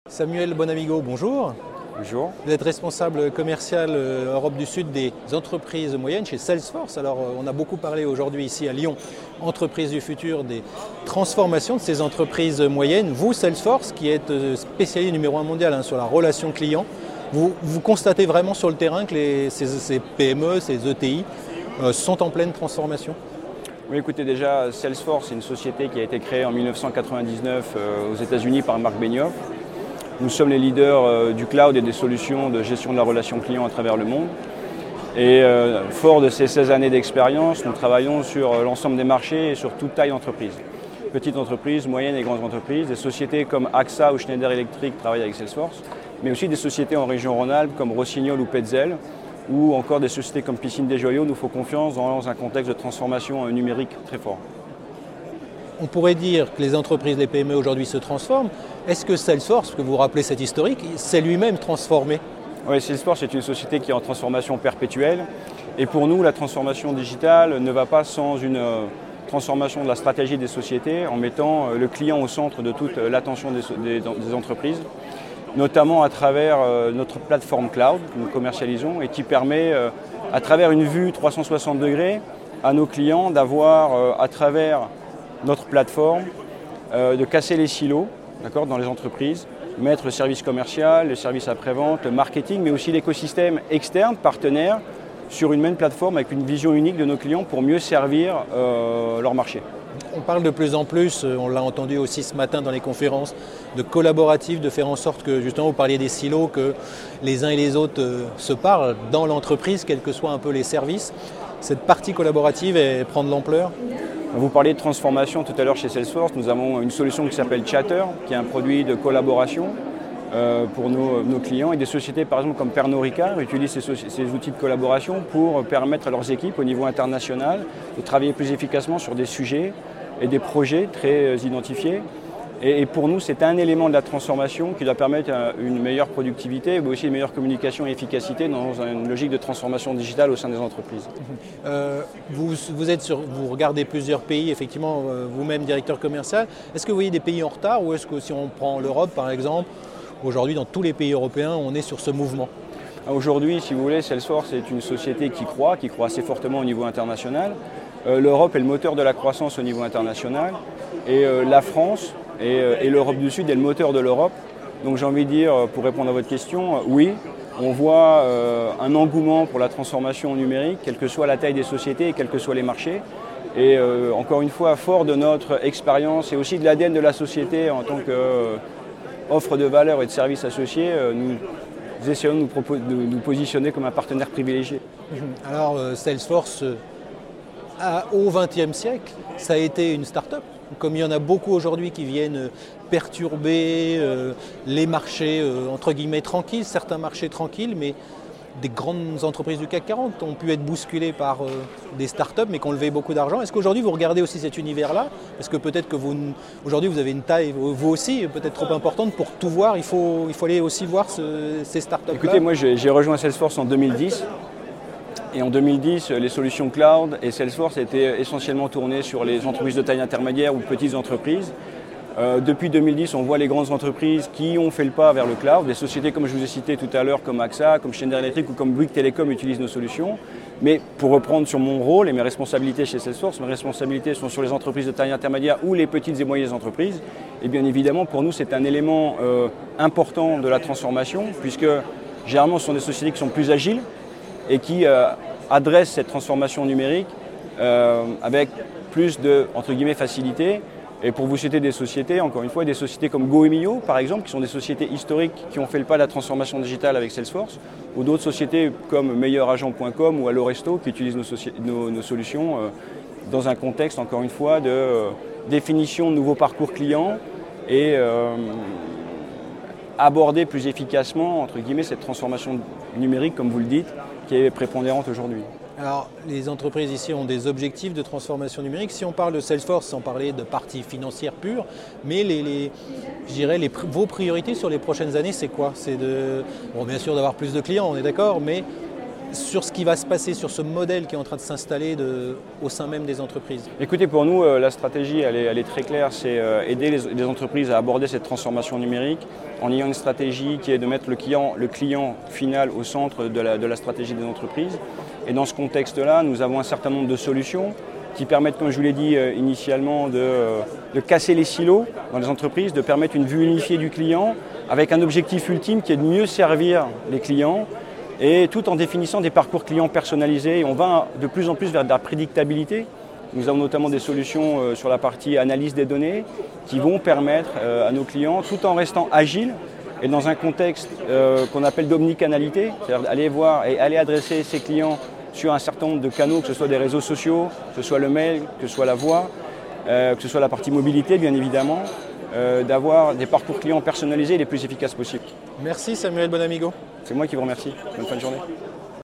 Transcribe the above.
Samuel Bonamigo, bonjour. Bonjour. Vous êtes responsable commercial Europe du Sud des entreprises moyennes chez Salesforce. Alors on a beaucoup parlé aujourd'hui ici à Lyon, entreprises du futur, des transformations de ces entreprises moyennes. Vous, Salesforce, qui êtes spécialiste numéro 1 mondial sur la relation client, vous constatez vraiment sur le terrain que ces PME, ces ETI sont en pleine transformation? Oui, écoutez, déjà, Salesforce, c'est une société qui a été créée en 1999 aux États-Unis par Marc Benioff. Nous sommes les leaders du cloud et des solutions de gestion de la relation client à travers le monde. Et fort de ces 16 années d'expérience, nous travaillons sur l'ensemble des marchés et sur toute taille d'entreprise. Petites entreprises, moyennes et grandes entreprises. Des sociétés comme AXA ou Schneider Electric travaillent avec Salesforce, mais aussi des sociétés en région Rhône-Alpes comme Rossignol ou Petzel, ou encore des sociétés comme Piscine des Joyaux nous font confiance dans un contexte de transformation numérique très fort. On pourrait dire que les entreprises, les PME aujourd'hui se transforment. Est-ce que Salesforce, que vous vous rappelez cette historique, s'est lui-même transformé? Oui, Salesforce est une société qui est en transformation perpétuelle. Et pour nous, la transformation digitale ne va pas sans une transformation de la stratégie des sociétés en mettant le client au centre de toute l'attention des entreprises, notamment à travers notre plateforme cloud que nous commercialisons et qui permet, à travers une vue 360 degrés, à nos clients d'avoir, à travers notre plateforme, de casser les silos dans les entreprises, mettre le service commercial, le service après-vente, le marketing, mais aussi l'écosystème externe, partenaire, sur une même plateforme avec une vision unique de nos clients pour mieux servir leur marché. On parle de plus en plus, on l'a entendu aussi ce matin dans les conférences, de collaboratif, de faire en sorte que, justement, vous parliez des silos, que les uns et les autres se parlent dans l'entreprise, quels que soient un peu les services. Cette partie collaborative, elle prend de l'ampleur? Vous parliez de transformation tout à l'heure chez Salesforce. Nous avons une solution qui s'appelle Chatter, qui est un produit de collaboration pour nos clients. Et des sociétés, par exemple, comme Pernod Ricard, utilisent ces outils de collaboration pour permettre à leurs équipes au niveau international de travailler plus efficacement sur des sujets et des projets très identifiés. Et pour nous, c'est un élément de la transformation qui doit permettre une meilleure productivité, mais aussi une meilleure communication et efficacité dans une logique de transformation digitale au sein des entreprises. Vous regardez plusieurs pays, effectivement, vous-même directeur commercial. Est-ce que vous voyez des pays en retard ou est-ce que si on prend l'Europe, par exemple, aujourd'hui dans tous les pays européens, on est sur ce mouvement? Aujourd'hui, si vous voulez, Salesforce est une société qui croît assez fortement au niveau international. L'Europe est le moteur de la croissance au niveau international et la France et l'Europe du Sud est le moteur de l'Europe. Donc j'ai envie de dire, pour répondre à votre question, oui, on voit un engouement pour la transformation numérique, quelle que soit la taille des sociétés et quels que soient les marchés. Et encore une fois, fort de notre expérience et aussi de l'ADN de la société en tant qu'offre de valeur et de services associés, nous essayons de nous positionner comme un partenaire privilégié. Alors Salesforce, au XXe siècle, ça a été une start-up. Comme il y en a beaucoup aujourd'hui qui viennent perturber les marchés entre guillemets tranquilles, certains marchés tranquilles, mais des grandes entreprises du CAC 40 ont pu être bousculées par des startups mais qui ont levé beaucoup d'argent. Est-ce qu'aujourd'hui vous regardez aussi cet univers-là? Parce que peut-être que aujourd'hui vous avez une taille, vous aussi, peut-être trop importante pour tout voir. Il faut aller aussi voir ces startups-là. Écoutez, moi j'ai rejoint Salesforce en 2010. Et en 2010, les solutions cloud et Salesforce étaient essentiellement tournées sur les entreprises de taille intermédiaire ou petites entreprises. Depuis 2010, on voit les grandes entreprises qui ont fait le pas vers le cloud. Des sociétés comme je vous ai cité tout à l'heure, comme AXA, comme Schneider Electric ou comme Bouygues Telecom utilisent nos solutions. Mais pour reprendre sur mon rôle et mes responsabilités chez Salesforce, mes responsabilités sont sur les entreprises de taille intermédiaire ou les petites et moyennes entreprises. Et bien évidemment, pour nous, c'est un élément important de la transformation, puisque généralement, ce sont des sociétés qui sont plus agiles et qui adressent cette transformation numérique avec plus de, entre guillemets, facilité. Et pour vous citer des sociétés, encore une fois, des sociétés comme Goemio, par exemple, qui sont des sociétés historiques qui ont fait le pas de la transformation digitale avec Salesforce, ou d'autres sociétés comme meilleuragent.com ou Alloresto qui utilisent nos solutions dans un contexte, encore une fois, de définition de nouveaux parcours clients et aborder plus efficacement, entre guillemets, cette transformation numérique, comme vous le dites, qui est prépondérante aujourd'hui. Alors, les entreprises ici ont des objectifs de transformation numérique. Si on parle de Salesforce, sans parler de partie financière pure, mais je dirais vos priorités sur les prochaines années, c'est quoi? C'est bien sûr d'avoir plus de clients, on est d'accord, mais sur ce qui va se passer, sur ce modèle qui est en train de s'installer au sein même des entreprises? Écoutez, pour nous, la stratégie, elle est très claire, c'est aider les entreprises à aborder cette transformation numérique en ayant une stratégie qui est de mettre le client final au centre de la stratégie des entreprises. Et dans ce contexte-là, nous avons un certain nombre de solutions qui permettent, comme je vous l'ai dit initialement, de casser les silos dans les entreprises, de permettre une vue unifiée du client avec un objectif ultime qui est de mieux servir les clients et tout en définissant des parcours clients personnalisés. Et on va de plus en plus vers de la prédictabilité. Nous avons notamment des solutions sur la partie analyse des données qui vont permettre à nos clients, tout en restant agiles et dans un contexte qu'on appelle d'omnicanalité, c'est-à-dire aller voir et aller adresser ses clients sur un certain nombre de canaux, que ce soit des réseaux sociaux, que ce soit le mail, que ce soit la voix, que ce soit la partie mobilité bien évidemment, d'avoir des parcours clients personnalisés les plus efficaces possibles. Merci Samuel Bonamigo. C'est moi qui vous remercie. Bonne fin de journée.